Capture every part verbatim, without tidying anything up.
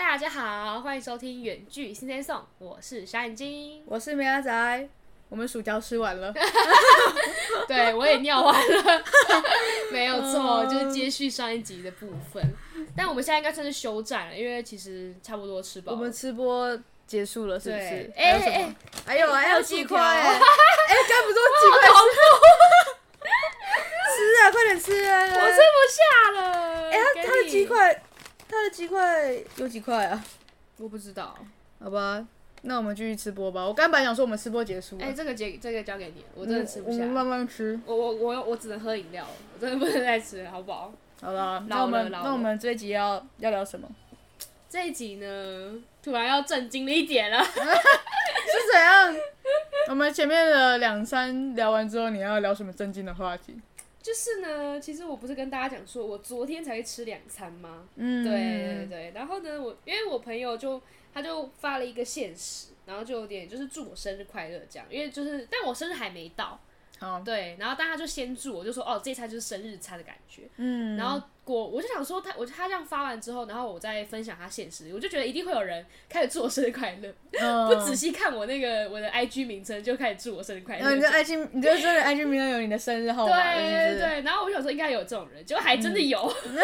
大家好，欢迎收听远距新鲜颂，我是小眼睛， 我是米阿仔。我们薯条吃完了， 对我也尿完了，没有错，就是接续上一集的部分。但我们现在应该算是休战了，因为其实差不多吃饱了。 我们吃播结束了，是不是？ 哎哎哎， 还有还有鸡块，哎，该不是鸡块吃啊，快点吃啊！ 我吃不下了。 哎，他他的鸡块，他的鸡块有几块啊？ 我不知道。 好吧。那我们继续吃播吧。我刚本来想说我们吃播结束了。 哎、欸，这个结这个交给你，我真的吃不下。 我们慢慢吃。 我我我我只能喝饮料，我真的不能再吃了，好不好？ 好了， 那我们那我们这一集要要聊什么？ 这一集呢，突然要震惊了一点了。 是怎样？我们前面的两三聊完之后，你要聊什么震惊的话题？ 就是呢，其实我不是跟大家讲说，我昨天才会吃两餐吗？ 嗯， 对对对。然后呢，我因为我朋友就他就发了一个限时，然后就有点就是祝我生日快乐这样，因为就是但我生日还没到， 好， 对，然后但他就先祝我，就说哦这一餐就是生日餐的感觉， 嗯， 然后我我就想说他我他这样发完之后，然后我再分享他限时，我就觉得一定会有人开始祝我生日快乐，嗯、不仔细看我那个我的 I G 名称就开始祝我生日快乐， 嗯、你的 I G 你就真的 I G 名称有你的生日号码， 对对对，然后我想说应该有这种人，结果还真的有。嗯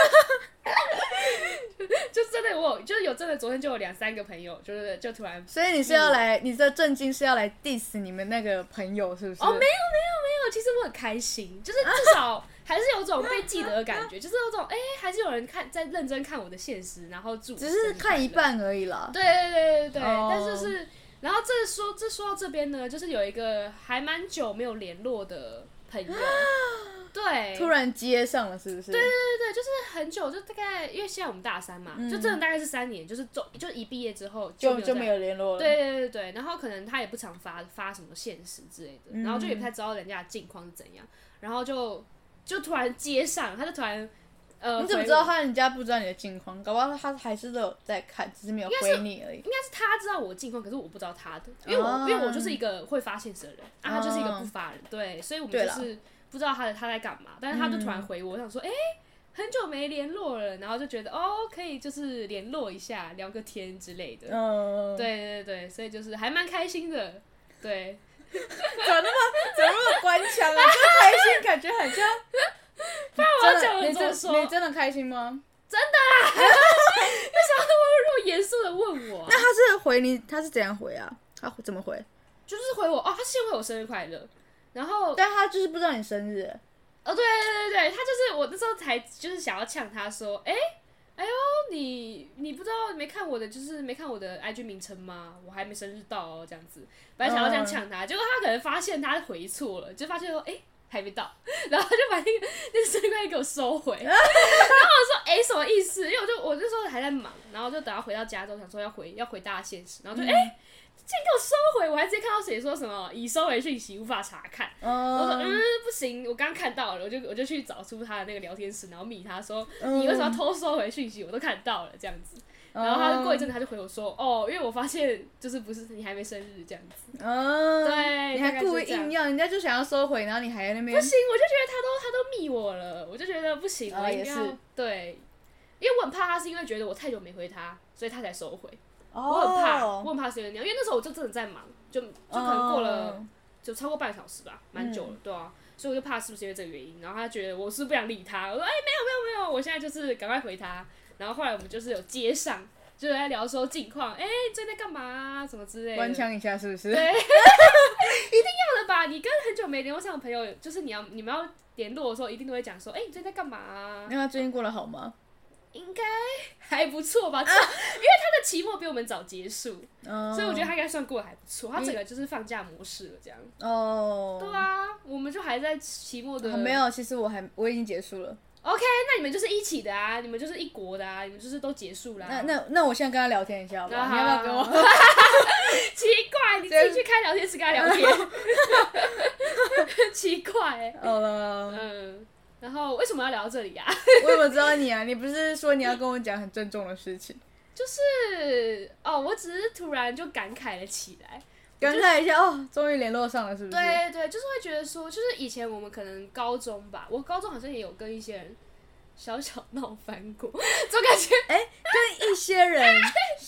就真的我就是有真的，昨天就有两三个朋友，就是就突然， 所以你是要来，你的震惊是要来 diss 你们那个朋友是不是？ 哦，没有没有没有，其实我很开心，就是至少还是有种被记得的感觉，就是有种哎、欸，还是有人看在认真看我的现实，然后祝只是看一半而已啦。 对对对对对， 哦、 但是是，然后这说这说到这边呢，就是有一个还蛮久没有联络的朋友。对， 突然接上了，是不是？ 对对对对，就是很久，就大概因为现在我们大三嘛，嗯、就真的大概是三年，就是就就一毕业之后就没有就没有联络了。 对对对对，然后可能他也不常发发什么现实之类的，嗯、然后就也不太知道人家的近况是怎样，然后就就突然接上，他就突然呃， 你怎么知道他人家不知道你的近况？搞不好他还是都有在看，只是没有回你而已。 应该是他知道我的近况，可是我不知道他的，因为我、哦、因为我就是一个会发现实的人，啊，他就是一个不发人，对，所以我们就是。不知道他的他在干嘛，但是他就突然回我，我想说，哎、欸，很久没联络了，然后就觉得哦，可以就是联络一下，聊个天之类的。嗯，对对对，所以就是还蛮开心的，对。 怎么那么怎么那么官腔啊？这开心感觉很像。 不然我要讲了怎么说？ 你真的开心吗？ 真的啦！为什么那么严肃的问我、啊？ 那他是回你，他是怎样回啊？他怎么回？ 就是回我哦，他先回我生日快乐。然后， 但他就是不知道你生日。 哦，对对对对，他就是我那时候才就是想要呛他说，哎、欸，哎呦，你你不知道没看我的，就是没看我的 I G 名称吗？我还没生日到哦，这样子。本来想要这样呛他，嗯、结果他可能发现他回错了，就发现说，哎、欸，还没到，然后他就把那个那个生日快乐给我收回。然后我说，哎、欸，什么意思？因为我就我那时候还在忙，然后就等到回到家之后，想说要回要回大家现实，然后就哎。欸竟然给我收回，我还直接看到谁说什么已收回讯息无法查看。Uh, 我说嗯不行，我刚看到了，我就我就去找出他的那个聊天室，然后密他说、uh, 你为什么要偷收回讯息？我都看到了这样子。然后他就过一阵子他就回我说哦，因为我发现就是不是你还没生日这样子。Uh, 对， 你还故意硬要，人家就想要收回，然后你还在那边。 不行，我就觉得他都他都密我了，我就觉得不行，我一定要、uh, 对，因为我很怕他是因为觉得我太久没回他，所以他才收回。Oh. 我很怕，我很怕是因为那样，因为那时候我就真的在忙，就就可能过了、uh. 就超过半个小时吧，蛮久了，嗯、对啊，所以我就怕是不是因为这个原因，然后他觉得我是不是不想理他，我说哎、欸、没有没有没有，我现在就是赶快回他，然后后来我们就是有接上，就是在聊说近况，哎、欸、最近在干嘛啊什么之类的， 官腔一下是不是？ 对，一定要的吧？你跟很久没联络上的朋友，就是你要你们要联络的时候，一定都会讲说，哎、欸、你最近在干嘛啊？ 那他最近过得好吗？ 应该还不错吧，因为他的期末比我们早结束，嗯、所以我觉得他应该算过得还不错。他整个就是放假模式了，这样。哦。对啊，我们就还在期末的。 没有，其实我还我已经结束了。 OK， 那你们就是一起的啊，你们就是一国的啊，你们就是都结束啦。 那那那我现在跟他聊天一下好不好？啊、你要不要跟我？ 奇怪，你自己去开聊天室跟他聊天。奇怪、欸。好了。嗯。然后为什么要聊到这里啊？ 我怎么知道你啊？你不是说你要跟我讲很郑重的事情？ 就是哦，我只是突然就感慨了起来， 感慨一下哦，终于联络上了，是不是？ 对对，就是会觉得说，就是以前我们可能高中吧，我高中好像也有跟一些人小小闹翻过，总感觉哎、欸，跟一些人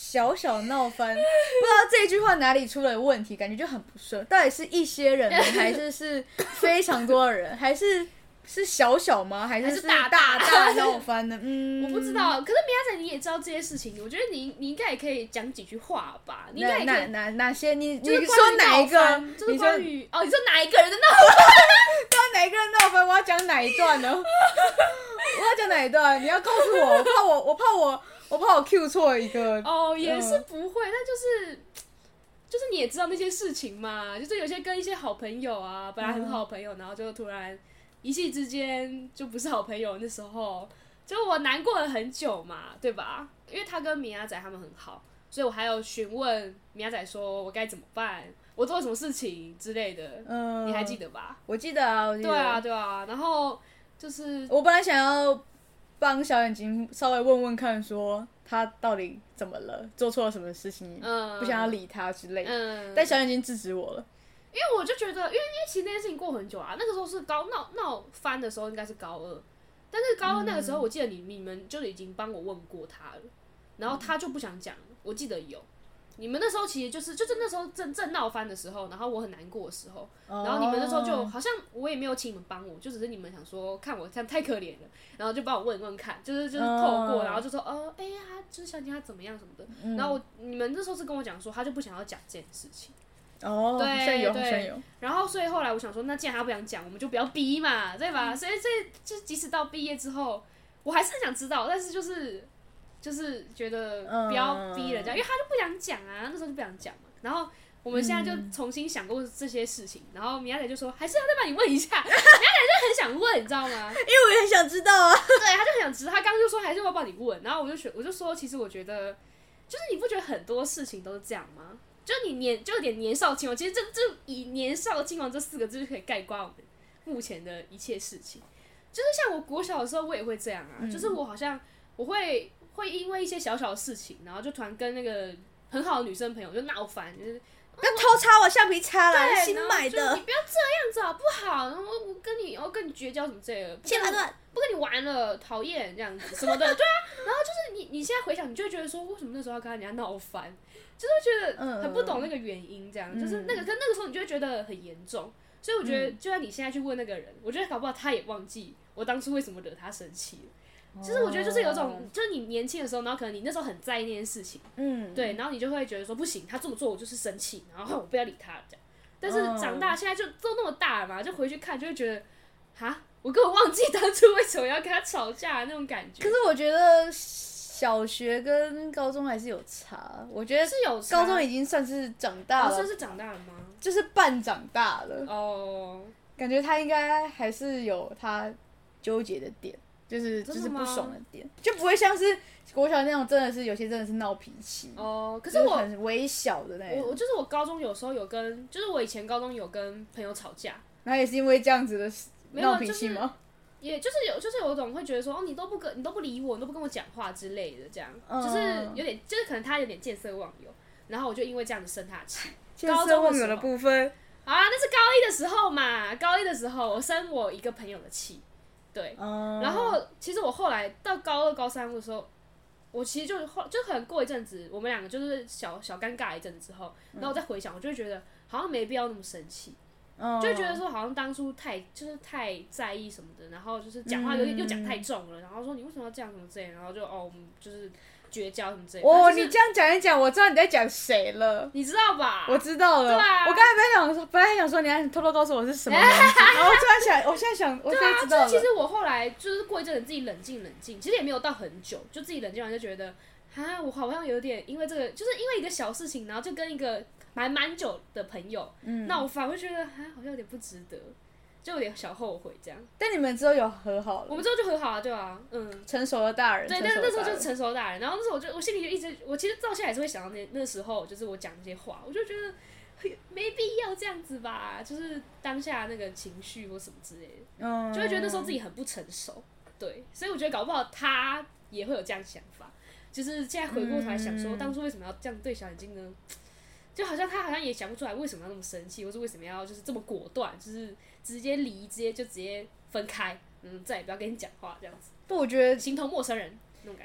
小小闹翻，不知道这句话哪里出了问题，感觉就很不顺。到底是一些人呢，还是是非常多的人，还是是小小吗？还是是大大大闹翻呢？嗯， 我不知道。可是米亚仔你也知道这些事情，我觉得你你应该也可以讲几句话吧？你应该也可以。 哪哪哪些？你你就是说哪一个？ 就是关于哦，你说哪一个人的闹翻？关哪一个人闹翻？我要讲哪一段呢？我要讲哪一段？你要告诉我，我怕我，我怕我，我怕我 Q 错一个。 哦，也是不会，但就是就是你也知道那些事情嘛，就是有些跟一些好朋友啊，本来很好的朋友，然后就突然一夕之间就不是好朋友，那时候就我难过了很久嘛，对吧？因为他跟米亚仔他们很好，所以我还有询问米亚仔说我该怎么办，我做了什么事情之类的，嗯，你还记得吧？ 我记得啊，我记得。 对啊，对啊，然后。就是我本来想要帮小眼睛稍微问问看，说他到底怎么了，做错了什么事情，嗯、不想要理他之类的。嗯、但小眼睛制止我了， 因为我就觉得，因为因为其实那件事情过很久啊，那个时候是高闹闹翻的时候，应该是高二，但是高二那个时候，我记得你你们就已经帮我问过他了，然后他就不想讲，我记得有。你们那时候其实就是就是那时候正正闹翻的时候，然后我很难过的时候，然后你们那时候就好像我也没有请你们帮我，就只是你们想说看我这样太可怜了，然后就帮我问问看，就是就是透过，然后就说哦，哎呀，就是小姐她怎么样什么的，嗯、然后我你们那时候是跟我讲说，他就不想要讲这件事情。 哦， 对好像有，好像有。 然后所以后来我想说，那既然他不想讲，我们就不要逼嘛，对吧？嗯、所以所以就即使到毕业之后，我还是很想知道，但是就是。就是觉得不要逼人家，嗯、因为他就不想讲啊，那时候就不想讲嘛。然后我们现在就重新想过这些事情，然后米亚仔就说还是要再帮你问一下，米亚仔就很想问，你知道吗？因为我也很想知道啊。 对，他就很想知道，他刚刚就说还是要帮你问，然后我就说我就说，其实我觉得，就是你不觉得很多事情都是这样吗？就你年就有点年少轻狂，其实这这以年少轻狂这四个字就可以概括我们目前的一切事情。就是像我国小的时候，我也会这样啊，嗯、就是我好像我会。会因为一些小小的事情，然后就突然跟那个很好的女生朋友就闹翻，就是不要偷擦我橡皮擦啦，新买的， 你不要这样子好不好？然后我跟你，我跟你绝交什么之类的， 千万段不跟你玩了，讨厌这样子什么的，对啊。然后就是你你现在回想，你就会觉得说，为什么那时候要跟人家闹翻？就是会觉得很不懂那个原因，这样、嗯、就是那个，可那个时候你就会觉得很严重。所以我觉得，就算你现在去问那个人，我觉得搞不好他也忘记我当初为什么惹他生气了。其实我觉得就是有种，就是你年轻的时候，然后可能你那时候很在意那件事情，嗯，对，然后你就会觉得说不行，他这么做我就是生气，然后我不要理他了这样。但是长大现在就都那么大了嘛，就回去看就会觉得，哈，我根本忘记当初为什么要跟他吵架的那种感觉。 可是我觉得小学跟高中还是有差，我觉得是有差。 高中已经算是长大了， 哦、算是长大了吗？ 就是半长大了哦， 感觉他应该还是有他纠结的点。就是就是不爽的点，就不会像是国小那种，真的是有些真的是闹脾气哦。可是我很微小的那种。 我就是我高中有时候有跟，就是我以前高中有跟朋友吵架， 然后也是因为这样子的闹脾气吗？ 就是、也就是有就是有一种会觉得说，哦，你都不跟你都不理我，你都不跟我讲话之类的，这样、嗯、就是有点就是可能他有点见色忘友，然后我就因为这样子生他气。 见色忘友的部分， 好啊，那是高一的时候嘛，高一的时候我生我一个朋友的气。对，嗯、然后其实我后来到高二、高三的时候，我其实就后就可能过一阵子，我们两个就是小小尴尬一阵子之后，然后我再回想，我就会觉得好像没必要那么生气，嗯、就会觉得说好像当初太就是太在意什么的，然后就是讲话又、嗯、又讲太重了，然后说你为什么要这样什么之类的，然后就哦我们就是绝交什么之类的。 哦， 就是、 你这样讲一讲，我知道你在讲谁了， 你知道吧？ 我知道了。 对啊， 我刚才本来想说，本来想说你还偷偷告诉我是什么名字，然后突然想，我现在想，我现在知道了。 对啊，就其实我后来就是过一阵子自己冷静冷静，其实也没有到很久，就自己冷静完就觉得，啊，我好像有点因为这个，就是因为一个小事情，然后就跟一个蛮蛮久的朋友，嗯，那我反而会觉得，啊，好像有点不值得。就有点小后悔这样， 但你们之后有和好了？ 我们之后就和好了，对啊，嗯， 成熟的大人。 对，但是那时候就是成熟的大人，然后那时候我就我心里就一直，我其实到现在还是会想到那那时候，就是我讲那些话，我就觉得没必要这样子吧，就是当下那个情绪或什么之类的，嗯，就会觉得那时候自己很不成熟，对，所以我觉得搞不好他也会有这样想法，就是现在回过头来想说，嗯、当初为什么要这样对小眼睛呢？就好像他好像也想不出来为什么要那么生气，或是为什么要就是这么果断，就是直接离，直接就直接分开，嗯，再也不要跟你讲话这样子。 不，我觉得形同陌生人那种感觉。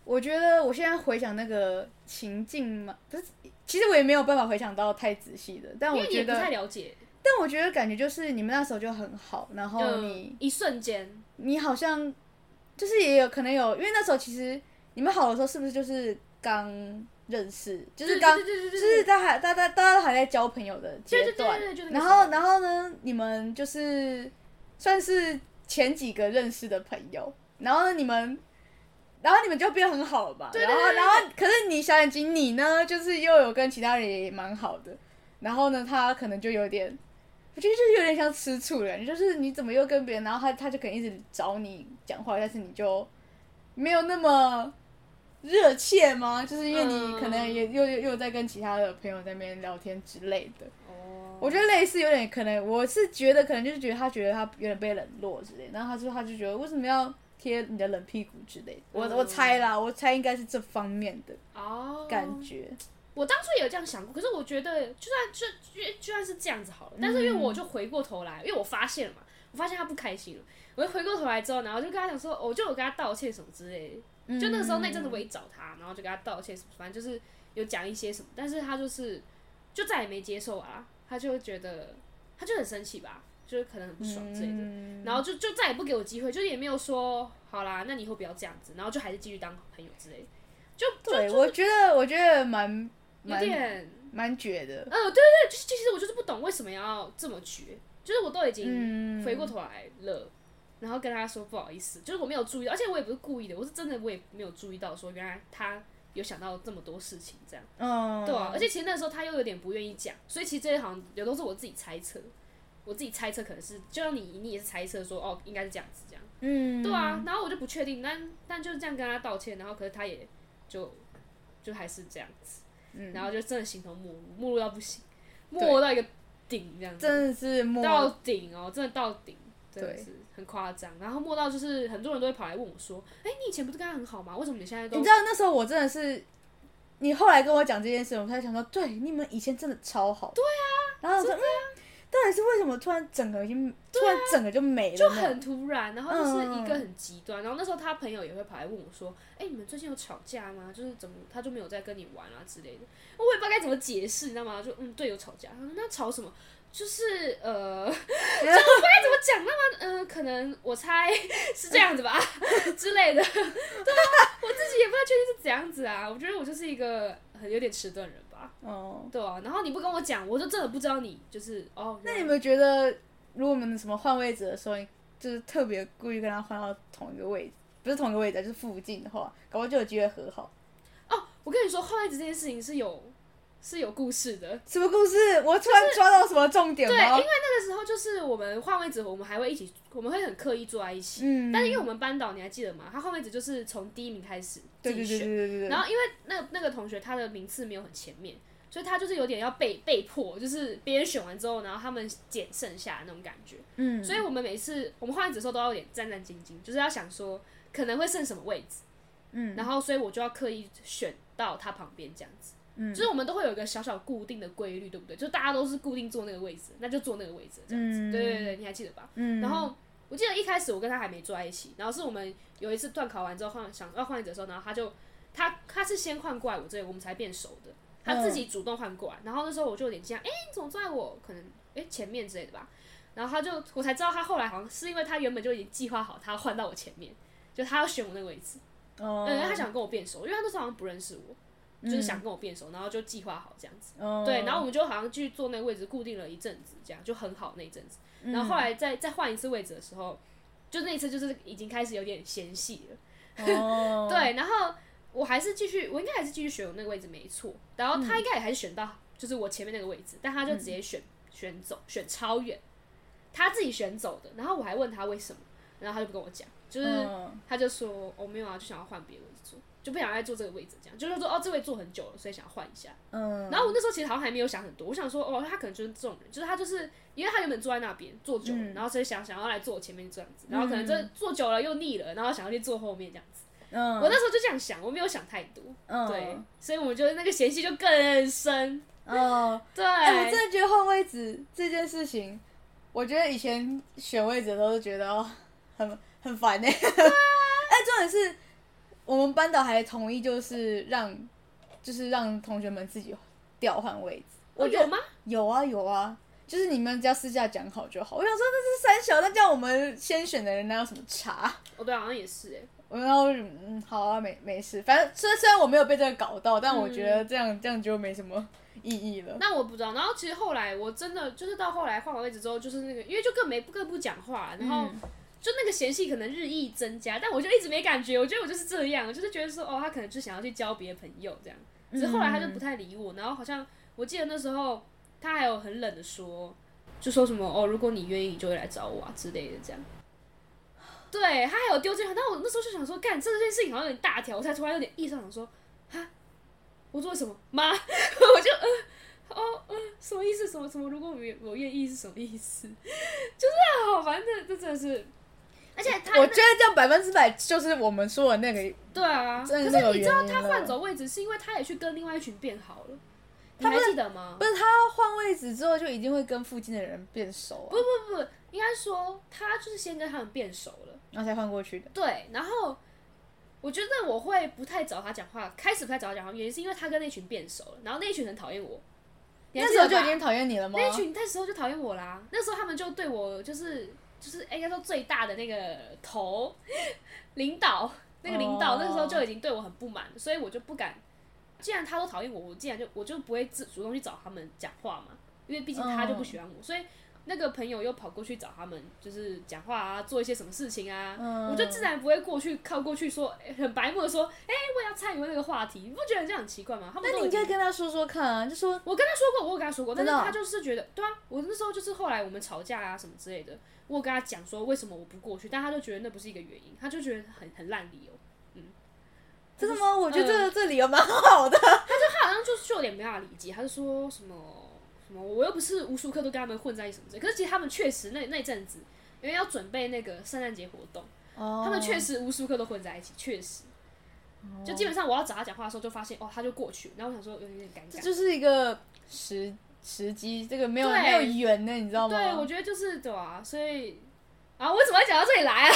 我觉得我现在回想那个情境嘛，不是，其实我也没有办法回想到太仔细的，但我觉得因为你也不太了解。 但我觉得感觉就是你们那时候就很好，然后你、 嗯、一瞬间， 你好像就是也有可能有，因为那时候其实你们好的时候是不是就是刚认识，就是刚就是大家大家大家都还在交朋友的阶段，然后然后呢，你们就是算是前几个认识的朋友，然后呢你们。然后你们就变很好了吧？ 对对对对， 然后然后可是你小眼睛你呢，就是又有跟其他人也蛮好的，然后呢他可能就有点，我觉得就是有点像吃醋的感觉，就是你怎么又跟别人，然后他他就可能一直找你讲话，但是你就没有那么热切吗？就是因为你可能也又又又在跟其他的朋友在那边聊天之类的。哦，我觉得类似有点可能，我是觉得可能就是觉得他觉得他有点被冷落之类的，然后他就他就觉得为什么要贴你的冷屁股之类的，我我猜啦，我猜应该是这方面的感觉。 哦、我当初也有这样想过，可是我觉得就算就就就算是这样子好了，但是因为我就回过头来，因为我发现了嘛，我发现他不开心了，我就回过头来之后，然后就跟他讲说，我就有跟他道歉什么之类的，就那个时候那阵子我也找他，然后就跟他道歉什么，反正就是有讲一些什么，但是他就是就再也没接受啊，他就觉得他就很生气吧。就是可能很不爽之类的，嗯、然后就就再也不给我机会，就也没有说好啦，那你以后不要这样子，然后就还是继续当朋友之类的。就对， 就我觉得我觉得蛮有点蛮绝的。 嗯、呃，对对对，其实我就是不懂为什么要这么绝，就是我都已经回过头来了，嗯、然后跟他说不好意思，就是我没有注意到，而且我也不是故意的，我是真的我也没有注意到说原来他有想到这么多事情这样，嗯，对啊，而且其实那时候他又有点不愿意讲，所以其实这些好像有都是我自己猜测。我自己猜测可能是，就像你，你也是猜测说，哦，应该是这样子，这样，嗯，对啊，然后我就不确定，但但就是这样跟他道歉，然后可是他也就就还是这样子，嗯，然后就真的形同陌路，陌路到不行，陌到一个顶这样子， 真的是陌到顶哦，真的到顶，真的是很夸张，然后陌到就是很多人都会跑来问我说，哎、欸，你以前不是跟他很好吗？为什么你现在都？ 你知道那时候我真的是，你后来跟我讲这件事，我才想说，对，你们以前真的超好， 对啊， 然后我说，嗯。到底是为什么突然整个已经、啊、突然整个就没了， 就很突然，然后就是一个很极端、嗯。然后那时候他朋友也会跑来问我说：“哎、欸，你们最近有吵架吗？就是怎么他就没有再跟你玩啊之类的。”我也不知道该怎么解释，你知道吗？就嗯，对，有吵架。他说：“那吵什么？就是呃，就我不知道该怎么讲，那么呃，可能我猜是这样子吧之类的。”对啊，我自己也不太确定是怎样子啊。我觉得我就是一个很有点迟钝的人。哦、oh. ，对啊，然后你不跟我讲，我就真的不知道你就是哦。 那你有没有觉得，如果我们什么换位置的时候，你就是特别故意跟他换到同一个位置，不是同一个位置，就是附近的话，搞不好就有机会和好。 哦，我跟你说，换位置这件事情是有是有故事的。 什么故事？我突然抓到什么重点吗？ 对，因为那个时候就是我们换位置，我们还会一起，我们会很刻意坐在一起。嗯。但是因为我们班导，你还记得吗？他换位置就是从第一名开始自己选。对对对对对对。然后因为那那个同学他的名次没有很前面。所以他就是有点要被被迫，就是别人选完之后，然后他们捡剩下的那种感觉。嗯，所以我们每次我们换位置的时候都要有点战战兢兢，就是要想说可能会剩什么位置。嗯，然后所以我就要刻意选到他旁边这样子。嗯，就是我们都会有一个小小固定的规律，对不对？就大家都是固定坐那个位置，那就坐那个位置这样子。嗯、对对对，你还记得吧？嗯。然后我记得一开始我跟他还没坐在一起，然后是我们有一次段考完之后换想要换位置的时候，然后他就他他是先换过来我这里，我们才变熟的。他自己主动换过来，然后那时候我就有点惊讶，哎、欸，你怎么坐在我可能哎、欸、前面之类的吧？然后他就我才知道他后来好像是因为他原本就已经计划好他要换到我前面，就他要选我那个位置，哦、嗯，因为他想跟我变熟，因为他那时候好像不认识我，就是想跟我变熟，然后就计划好这样子，哦、对，然后我们就好像去坐那个位置固定了一阵子，这样就很好那一阵子，然后后来再再换一次位置的时候，就那一次就是已经开始有点嫌隙了，哦、对，然后。我还是继续，我应该还是继续选我那个位置没错，然后他应该也还是选到就是我前面那个位置，但他就直接选、嗯、选走，选超远，他自己选走的。然后我还问他为什么，然后他就不跟我讲，就是他就说哦没有啊，就想要换别的位置坐，就不想再坐这个位置，这样就是说哦这位坐很久了，所以想要换一下。嗯。然后我那时候其实好像还没有想很多，我想说哦他可能就是这种人，就是他就是因为他原本坐在那边坐久了、嗯，然后所以想想要来坐我前面这样子，然后可能这坐久了又腻了，然后想要去坐后面这样子。嗯，我那时候就这样想，我没有想太多，嗯、对，所以我们就那个嫌隙就更深。哦，对， 哎、欸，我真的觉得换位置这件事情，我觉得以前选位置都是觉得哦，很很烦哎、欸。对啊。哎，重点是， 我们班导还同意，就是让就是让同学们自己调换位置。 我有吗？ 有啊有啊，就是你们只要私下讲好就好。我想说那是三小，那这样我们先选的人哪有什么差？ 哦，对，好像也是哎。 然后嗯，好啊，没没事，反正虽虽然我没有被这个搞到，但我觉得这样、嗯、这样就没什么意义了。 那我不知道。然后其实后来我真的就是到后来换完位置之后，就是那个因为就更没更不讲话，然后就那个嫌隙可能日益增加，但我就一直没感觉。我觉得我就是这样，我就是觉得说哦，他可能就想要去交别的朋友这样。只是后来他就不太理我，然后好像我记得那时候他还有很冷的说，就说什么哦，如果你愿意，你就会来找我啊之类的这样。对，他还有丢这个，但我那时候就想说，干这件事情好像有点大条，我才突然有点意识到，想说，哈，我做了什么？妈，我就呃，哦，呃，什么意思？什么什么？如果我我愿意是什么意思？就是好烦的，这真的是。而且他， 我觉得这样百分之百就是我们说的那个。 对啊，可是你知道他换走位置是因为他也去跟另外一群变好了。你还记得吗？ 不是，他换位置之后就一定会跟附近的人变熟啊。 不不不，应该说他就是先跟他们变熟了， 然后才换过去的。 对，然后我觉得我会不太找他讲话，开始不太找他讲话，原因是因为他跟那群变熟了，然后那一群很讨厌我。 那时候就已经讨厌你了吗？ 那一群那时候就讨厌我啦，那时候他们就对我就是就是应该说最大的那个头领导，那个领导、oh. 那个时候就已经对我很不满，所以我就不敢。既然他都讨厌我，我既然就我就不会自主动去找他们讲话嘛，因为毕竟他就不喜欢我， uh. 所以那个朋友又跑过去找他们，就是讲话啊，做一些什么事情啊， uh. 我就自然不会过去靠过去说，欸、很白目的说，哎、欸，我也要参与那个话题，你不觉得这样很奇怪吗？他们都那你应该跟他说说看啊，就说我跟他说过，我有跟他说过，但是他就是觉得，对啊，我那时候就是后来我们吵架啊什么之类的，我有跟他讲说为什么我不过去，但他就觉得那不是一个原因，他就觉得很很烂理由。 真的吗？我觉得这、呃、这理由蛮好的。 他就他好像就是有点没办法理解，他就说什么什么，我又不是无时无刻都跟他们混在一起什么之类。可是其实他们确实那那阵子，因为要准备那个圣诞节活动， oh. 他们确实无时无刻都混在一起，确实。Oh. 就基本上我要找他讲话的时候，就发现哦，他就过去，然后我想说有点尴尬。 这就是一个时时机，这个没有没有缘呢，你知道吗？ 对，我觉得就是对啊，所以啊，为什么要讲到这里来啊？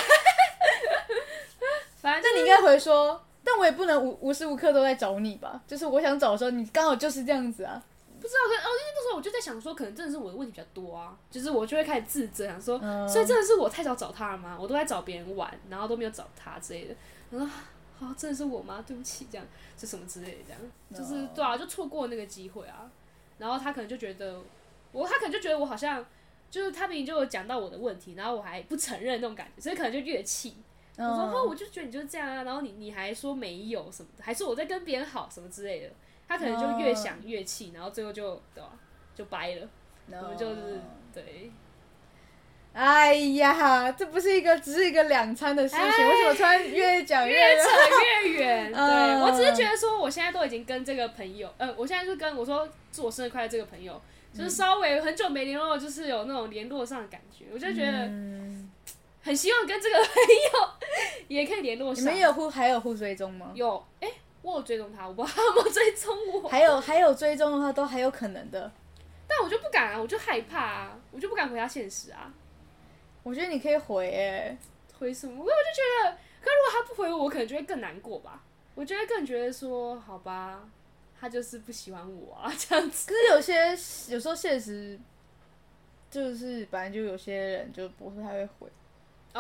反正、就是、 那你应该回说。但我也不能无无时无刻都在找你吧，就是我想找的时候，你刚好就是这样子啊。 不知道，可哦，因为那时候我就在想说，可能真的是我的问题比较多啊，就是我就会开始自责，想说，嗯、所以真的是我太少找他了吗？我都在找别人玩，然后都没有找他之类的。我说，好、啊，真的是我吗？对不起，这样，就什么之类的，这样，就是对啊，就错过那个机会啊。然后他可能就觉得，我他可能就觉得我好像，就是他明明就有讲到我的问题，然后我还不承认那种感觉，所以可能就越气。我说哦，我就觉得你就是这样啊，然后你你还说没有什么的，还说我在跟别人好什么之类的，他可能就越想越气，然后最后就对吧、啊，就掰了， no. 我们就是对。 哎呀，这不是一个只是一个两餐的事情，为什么突然越讲越越扯越远？对、uh. 我只是觉得说，我现在都已经跟这个朋友，呃，我现在就跟我说祝我生日快乐这个朋友，就是稍微很久没联络，就是有那种联络上的感觉，我就觉得。嗯，很希望跟这个朋友也可以联络上。 你们有互还有互追踪吗？ 有，哎、欸，我有追踪他，我不知道他有没有追踪我。 还有还有追踪的话，都还有可能的。 但我就不敢啊，我就害怕啊，我就不敢回他现实啊。 我觉得你可以回诶、欸， 回什么？我就觉得，可是如果他不回我，我可能就会更难过吧。我就会更觉得说，好吧，他就是不喜欢我啊，这样子。 可是有些有时候现实就是本来就有些人就不太会回。哦、oh, ，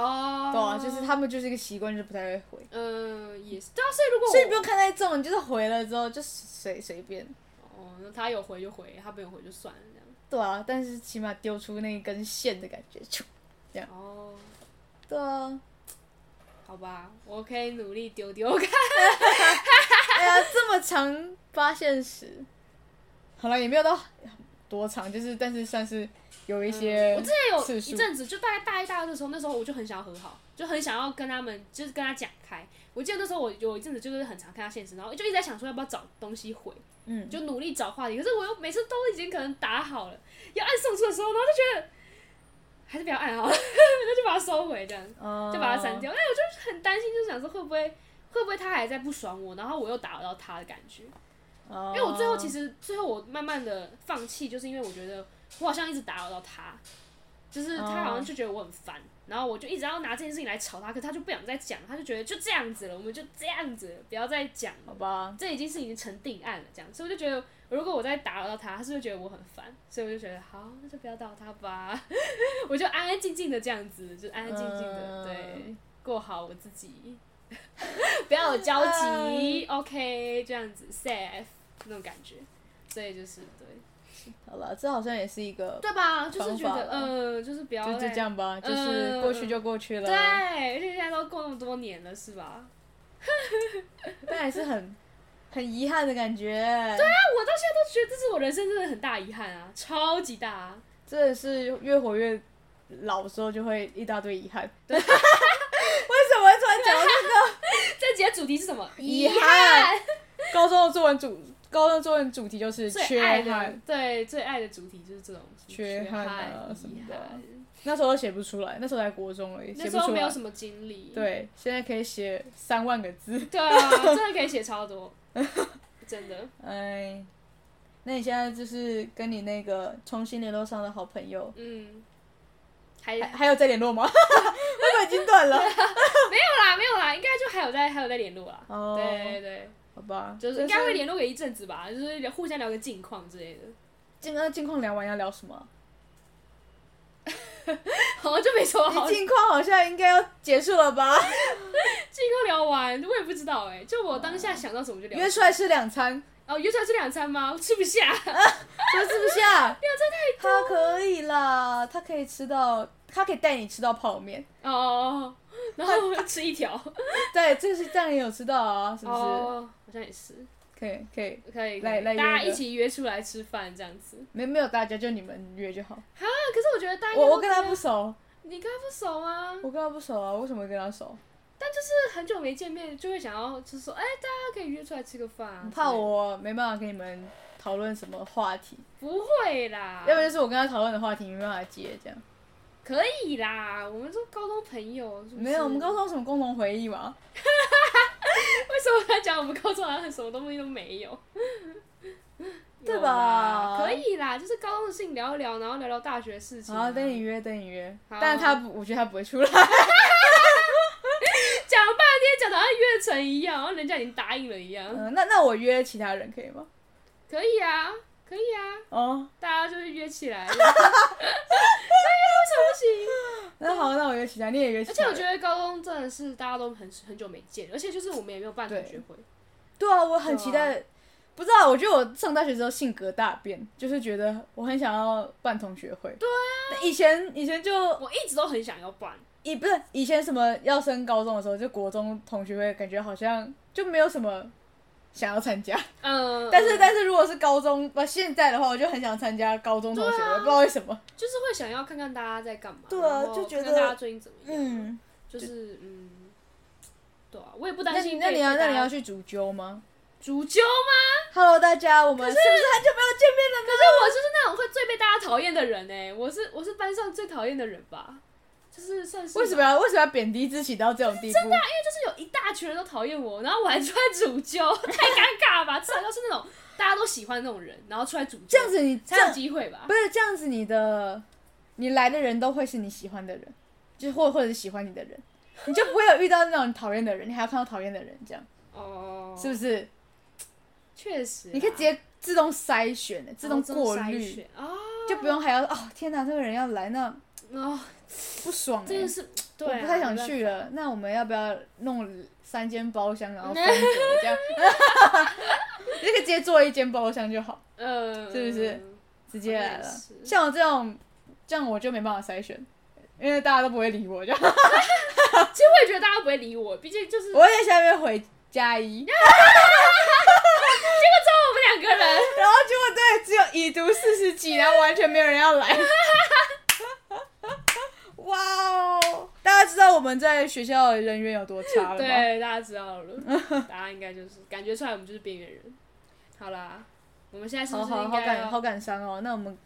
对啊，就是他们就是一个习惯，就是不太会回。 嗯，也是。对啊，所以如果我所以不用看太重，你就是回了之后就随随便。 哦，那他有回就回，他没有回就算了这样。 对啊，但是起码丢出那根线的感觉，就这样。哦。对啊。 好吧，我可以努力丢丢看。 哎呀，这么长发现时，好了，也没有到多长，就是但是算是。有一些、嗯， 我之前有一阵子，就大概大一、大二的时候，那时候我就很想要和好，就很想要跟他们，就是跟他讲开。我记得那时候我有一阵子就是很常看他现实，然后就一直在想说要不要找东西回，嗯，就努力找话题。可是我又每次都已经可能打好了，要按送出的时候，然后就觉得还是不要按好了，那就把它收回这样，就把它删掉。哎，我就很担心，就想说会不会会不会他还在不爽我，然后我又打扰到他的感觉。因为我最后其实最后我慢慢的放弃，就是因为我觉得。我好像一直打扰到他，就是他好像就觉得我很烦， oh. 然后我就一直要拿这件事情来吵他，可是他就不想再讲，他就觉得就这样子了，我们就这样子了，不要再讲了， 好吧， 这已经是已经成定案了，这样，所以我就觉得，如果我再打扰到他，他是不是觉得我很烦？所以我就觉得，好，那就不要打扰他吧，我就安安静静的这样子，就安安静静的，对，过好我自己，不要有交集、呃、，OK， 这样子 safe 那种感觉，所以就是对。 好了，这好像也是一个对吧？就是觉得，嗯、呃，就是不要就就这样吧，就是过去就过去了。 对，而且现在都过那么多年了，是吧？ 但还是很很遗憾的感觉。对啊， 我到现在都觉得这是我人生真的很大遗憾啊，超级大啊！ 真的是越活越老的时候就会一大堆遗憾。对，为什么会突然讲到这个？ 这集的主题是什么？ 遗憾。高中的作文主。高中作文主题就是缺憾， 对，最爱的主题就是这种缺憾啊什么的。 憾那时候写不出来，那时候才国中而已，写不出来。 那时候没有什么经历。 对，现在可以写三万个字。 对啊，真的可以写超多，真的。 哎，那你现在就是跟你那个重新联络上的好朋友， 嗯，还还还有在联络吗？会不会已经断了？ 没有啦，没有啦，应该就还有在还有在联络啦。哦，对对对。 好吧， 就是应该会联络个一阵子吧，就是互相聊个近况之类的。 近那近况聊完要聊什么？ 好像就没说好。 你近况好像应该要结束了吧？ 近况聊完，我也不知道哎、欸，就我当下想到什么就聊。 约出来吃两餐。 哦，约出来吃两餐吗？我吃不下。 怎么吃不下？ 两餐太多。 他可以啦，他可以吃到，他可以带你吃到泡面。 哦。然后吃一条， 对，这是这样也有吃到啊，是不是？ 哦，好像也是， 可以可以可以， 来来大家一起约出来吃饭这样子。 没没有大家，就你们约就好。 啊，可是我觉得大家我我跟他不熟。 你跟他不熟吗？ 我跟他不熟啊，为什么会跟他熟？ 但就是很久没见面，就会想要就是说，哎、欸，大家可以约出来吃个饭、啊。 怕我没办法跟你们讨论什么话题？ 不会啦， 要不就是我跟他讨论的话题没办法接这样。 可以啦，我们是高中朋友是不是？ 没有，我们高中有什么共同回忆吗？ 为什么他讲我们高中好像什么东西都没有？ 对吧？ 可以啦，就是高中的事情聊一聊，然后聊聊大学的事情、啊。 好，等你约，等你约。但是他不，我觉得他不会出来。讲了半天，讲的好像约成一样，然后人家已经答应了一样。 嗯，那那我约其他人可以吗？ 可以啊。可以啊， 哦， 大家就是约起来。可以啊，为什么不行？ 那好，那我约其他，你也约其他。 而且我觉得高中真的是大家都很很久没见，而且就是我们也没有办同学会。 对啊，我很期待。啊、不知道，我觉得我上大学之后性格大变，就是觉得我很想要办同学会。 对啊。 以前以前就我一直都很想要办。 以不是以前什么要升高中的时候，就国中同学会，感觉好像就没有什么。想要参加，嗯，但是但是如果是高中不现在的话，我就很想参加高中同学会，啊、不知道为什么， 就是会想要看看大家在干嘛， 对啊，就觉得看看大家最近怎么样， 嗯， 就是嗯，对啊，我也不担心。 那你要那你要去主揪吗？ 主揪吗 ？Hello， 大家，我们是不是很久没有见面了呢？ 可是我就是那种会最被大家讨厌的人哎、欸，我是我是班上最讨厌的人吧。就是算是为什么要为什么要贬低自己到这种地步？ 真的、啊，因为就是有一大群人都讨厌我，然后我还出来主揪，太尴尬了吧？至少要是那种大家都喜欢那种人，然后出来主揪， 这样子你才有机会吧？ 不是这样子，你的你来的人都会是你喜欢的人，就是或或者是喜欢你的人，你就不会有遇到那种讨厌的人，你还要看到讨厌的人，这样哦，是不是？ 确实， 你可以直接自动筛选、自动过滤， 哦， 就不用还要哦，天哪，这个人要来那。哦，不爽、欸， 真的是，对、啊， 我不太想去了。那我们要不要弄三间包厢，然后分隔这样？你就可以直接做一间包厢就好，嗯，是不是？直接来了。像我这种，这样我就没办法筛选，因为大家都不会理我，这样。其实我也觉得大家不会理我，毕竟就是我在下面回加一，结果只有我们两个人， 然后结果对只有已读四十几，然后完全没有人要来。哇哦！大家知道我们在学校的人缘有多差了吗？ 对，大家知道了。大家应该就是感觉出来，我们就是边缘人。好啦，我们现在是不是应该好好好感好感伤哦？那我们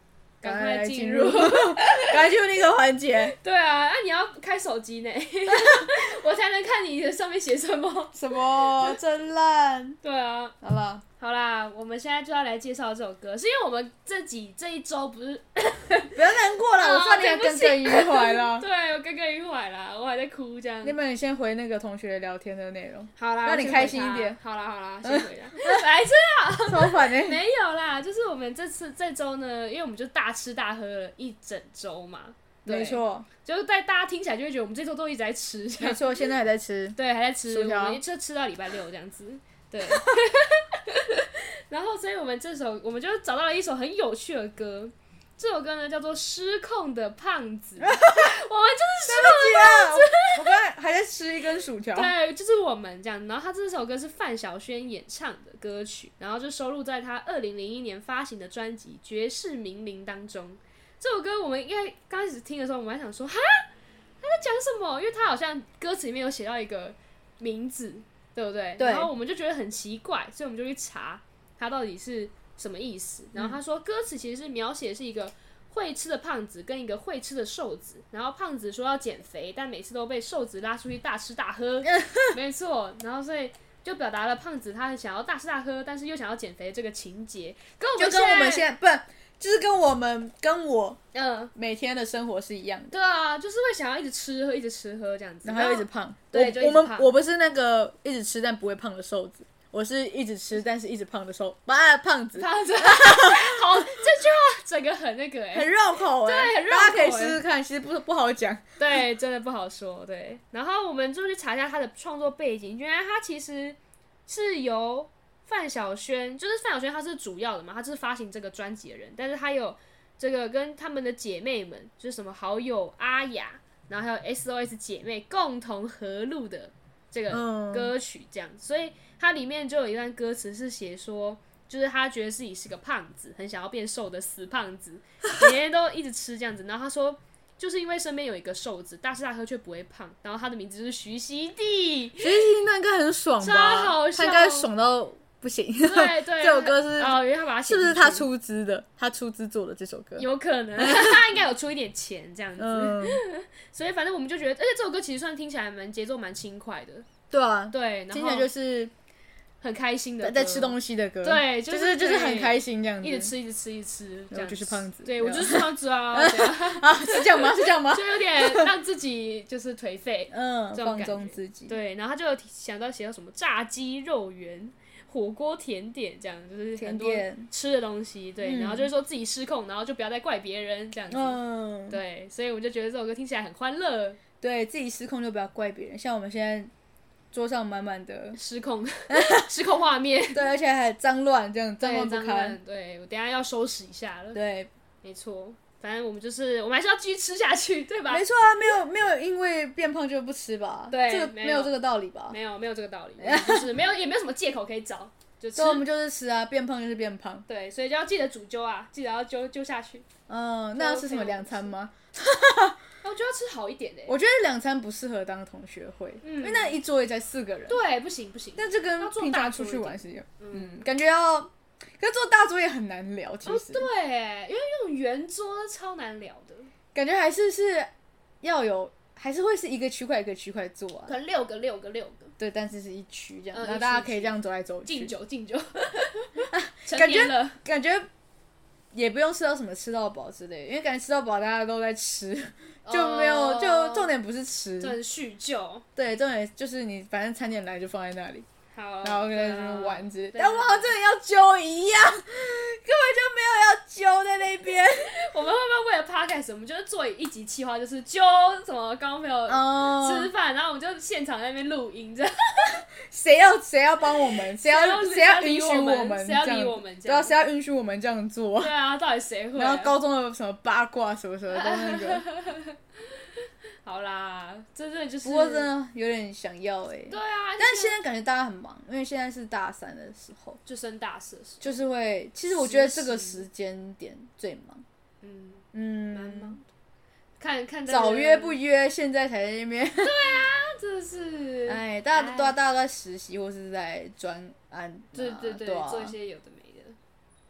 赶快进入， 赶快进入那个环节。 对啊，那、啊、你要开手机呢，我才能看你的上面写什么。 什么真烂？ 对啊， 好了， 好啦，我们现在就要来介绍这首歌，是因为我们这几这一周不是不要难过了，我知道你还耿耿于怀了。 对，我耿耿于怀啦，我还在哭这样。 要不然你先回那个同学聊天的内容。 好啦， 让你开心一点。 好啦好啦，先回啦。来这啊， 超烦的。 没有啦，就是我们这次这周呢，因为我们就大吃大喝了一整周嘛。 没错， 就是在大家听起来就会觉得我们这周都一直在吃。 没错，现在还在吃。 对，还在吃， 薯条， 我们就吃到礼拜六这样子。对。然后，所以我们这首我们就找到了一首很有趣的歌。这首歌呢叫做《失控的胖子》，我们就是失控的胖子。 我刚才还在吃一根薯条。 对，就是我们这样。然后他这首歌是范晓萱演唱的歌曲，然后就收录在他二零零一年发行的专辑《绝世名伶》当中。这首歌我们应该刚开始听的时候，我们还想说，哈，他在讲什么？因为他好像歌词里面有写到一个名字，对不对？ 对。 然后我们就觉得很奇怪，所以我们就去查他到底是什么意思。然后他说，歌词其实是描写的是一个会吃的胖子跟一个会吃的瘦子，然后胖子说要减肥，但每次都被瘦子拉出去大吃大喝。没错，然后所以就表达了胖子他很想要大吃大喝，但是又想要减肥这个情节，跟我们就跟我们现在不。就是跟我们跟我嗯每天的生活是一样的。 对啊，就是会想要一直吃喝，一直吃喝这样子， 然后又一直胖。 对， 我我们我不是那个一直吃但不会胖的瘦子，我是一直吃但是一直胖的瘦啊胖子。 胖子，好，这句话整个很那个哎、欸， 很绕口哎、欸， 对，很绕口、欸， 大家可以试试看，其实不不好讲。 对，真的不好说。对，然后我们就去查一下他的创作背景，原来他其实是由范晓萱，就是范晓萱，她是主要的嘛，她就是发行这个专辑的人，但是她有这个跟他们的姐妹们，就是什么好友阿雅，然后还有 S O S 姐妹共同合录的这个歌曲，这样、嗯，所以它里面就有一段歌词是写说，就是他觉得自己是个胖子，很想要变瘦的死胖子，每天都一直吃这样子，然后他说。就是因为身边有一个瘦子，大吃大喝却不会胖，然后他的名字就是徐熙娣。 徐熙娣那应该很爽吧？ 超好笑， 他应该爽到不行。 对对， 这首歌是哦，因为他把它写是不是他出资的？他出资做的这首歌， 有可能他应该有出一点钱这样子。嗯、所以反正我们就觉得，而且这首歌其实算听起来蛮节奏蛮轻快的。 对啊， 对，然后听起来就是很开心的歌， 在吃东西的歌。 对， 就是就是很开心这样子， 一直吃一直吃一直吃，这样就是胖子。 对我就是胖子啊， 啊，是这样吗？是这样吗？ 就有点让自己就是颓废， 嗯，放纵自己。 对，然后他就有想到写到什么炸鸡、肉圆、火锅、甜点这样，就是很多吃的东西。对，嗯、然后就是说自己失控，然后就不要再怪别人这样子。嗯，对，所以我就觉得这首歌听起来很欢乐。 对自己失控就不要怪别人，像我们现在。桌上满满的失控，失控画面， 对，而且还脏乱，这样脏乱不堪。 对，我等一下要收拾一下了。 对， 没错，反正我们就是，我们还是要继续吃下去，对吧？ 没错啊，没有没有因为变胖就不吃吧？ 对， 这个没有这个道理吧？ 没有没有这个道理，就是没有也没有什么借口可以找，就吃。 所以我们就是吃啊，变胖就是变胖。 对，所以就要记得煮揪啊，记得要揪揪下去。 嗯，那要吃什么两餐吗？ 我觉得要吃好一点的、欸。 我觉得两餐不适合当同学会，嗯、因为那一桌也才四个人。 对，不行不行。 但这跟平常出去玩是一样，嗯，感觉要，可是做大桌也很难聊，其实。 哦，对，因为那种圆桌超难聊的。 感觉还是是要有，还是会是一个区块一个区块做啊。 可能六个六个六个。 对，但是是一区这样，然后大家可以这样走来走去。 敬酒敬酒。 感觉感觉。也不用吃到什么吃到饱之类的，因为感觉吃到饱大家都在吃，就没有、oh, 就重点不是吃， 重点是叙旧。 对，重点就是你反正餐点来就放在那里， 好， 然后跟那边玩之类的。但我好像真的要揪一样，根本就没有要揪在那边。 我们会不会为了 podcast， 我们就是做一集企划，就是揪什么刚刚没有吃饭， oh. 然后我们就现场在那边录音这样。 谁要谁要帮我们？谁要谁要允许我们？ 谁要理我们？ 对啊，谁要允许我们这样做？ 对啊，到底谁会、啊？ 然后高中的什么八卦什么什么都那个。 好啦，真的就是。 不过真的有点想要哎、欸。 对啊。 但是现在感觉大家很忙，因为现在是大三的时候， 就升大四的时候， 就是会。其实我觉得这个时间点最忙。 嗯嗯。 蛮忙的。看看、這個。 早约不约，现在才在那边。 对啊。真的是， 哎，大家都大家都在实习或是在专案、啊， 对对对， 对啊、 做一些有的没的。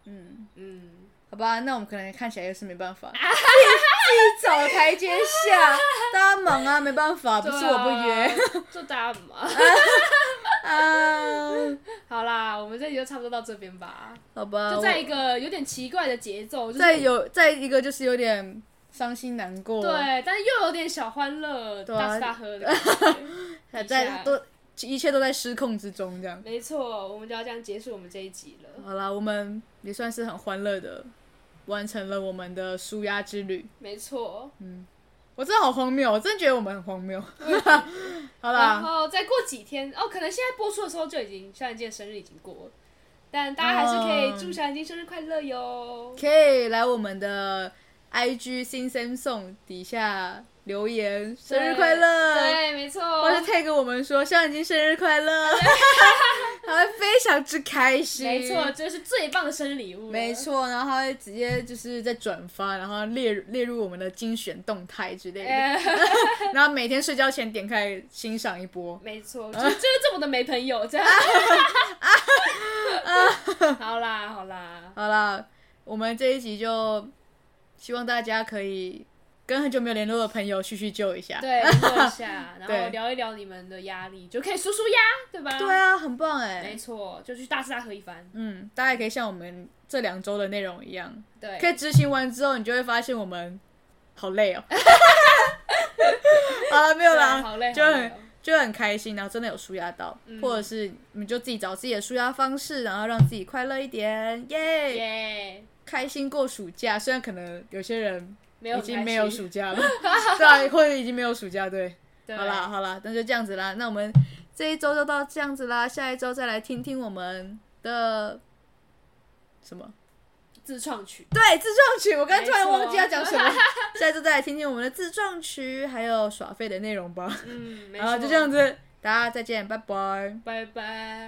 嗯嗯， 好吧，那我们可能看起来又是没办法，自己自己找台阶下，大家忙啊，没办法，不是我不约， 就大家忙。 啊， 好啦，我们这集就差不多到这边吧。 好吧， 就在一个有点奇怪的节奏，就是再有再一个就是有点伤心难过， 对，但是又有点小欢乐， 对啊大吃大喝的感觉， 还在都一切都在失控之中，这样。 没错，我们就要这样结束我们这一集了。 好啦，我们也算是很欢乐的完成了我们的舒压之旅。 没错， 嗯，我真的好荒谬，我真的觉得我们很荒谬。好啦， 然后再过几天哦，可能现在播出的时候就已经小眼睛的生日已经过了，但大家还是可以祝小眼睛生日快乐哟。 可以来我们的 I G 新生送底下留言生日快乐， 对，没错， 或是 tag 我们说小眼睛生日快乐，他会非常之开心。 没错，这是最棒的生日礼物。 没错，然后他会直接就是在转发，然后列列入我们的精选动态之类的， 欸、 然后每天睡觉前点开欣赏一波。 没错，就就是这么的没朋友这样。好啦好啦好啦，我们这一集就希望大家可以跟很久没有联络的朋友叙叙旧一下， 对，联络一下，然后聊一聊你们的压力，就可以舒舒压，对吧？ 对啊，很棒哎， 没错，就去大吃大喝一番。 嗯，大家也可以像我们这两周的内容一样， 对， 可以执行完之后，你就会发现我们好累哦。好了，没有啦， 好累， 就很好累、哦、 就很开心，然后真的有抒压到、嗯，或者是你们就自己找自己的抒压方式，然后让自己快乐一点，耶、 耶， 开心过暑假。虽然可能有些人已经没有暑假了，对啊，或者已经没有暑假，对。 对， 好啦好啦，那就这样子啦。那我们这一周就到这样子啦，下一周再来听听我们的什么自创曲。 对，自创曲，我刚刚突然忘记要讲什么。下一周再来听听我们的自创曲，还有耍废的内容吧。 嗯，没错。好，就这样子，大家再见，拜拜， 拜拜。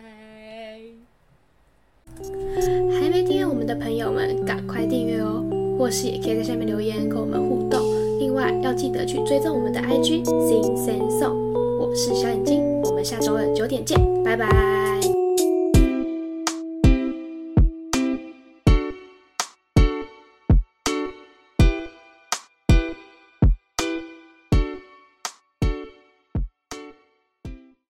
还没订阅我们的朋友们，赶快订阅哦！或是也可以在下面留言跟我们互动。另外要记得去追踪我们的 I G Sing Sing Song。我是小眼睛，我们下周二九点见，拜拜。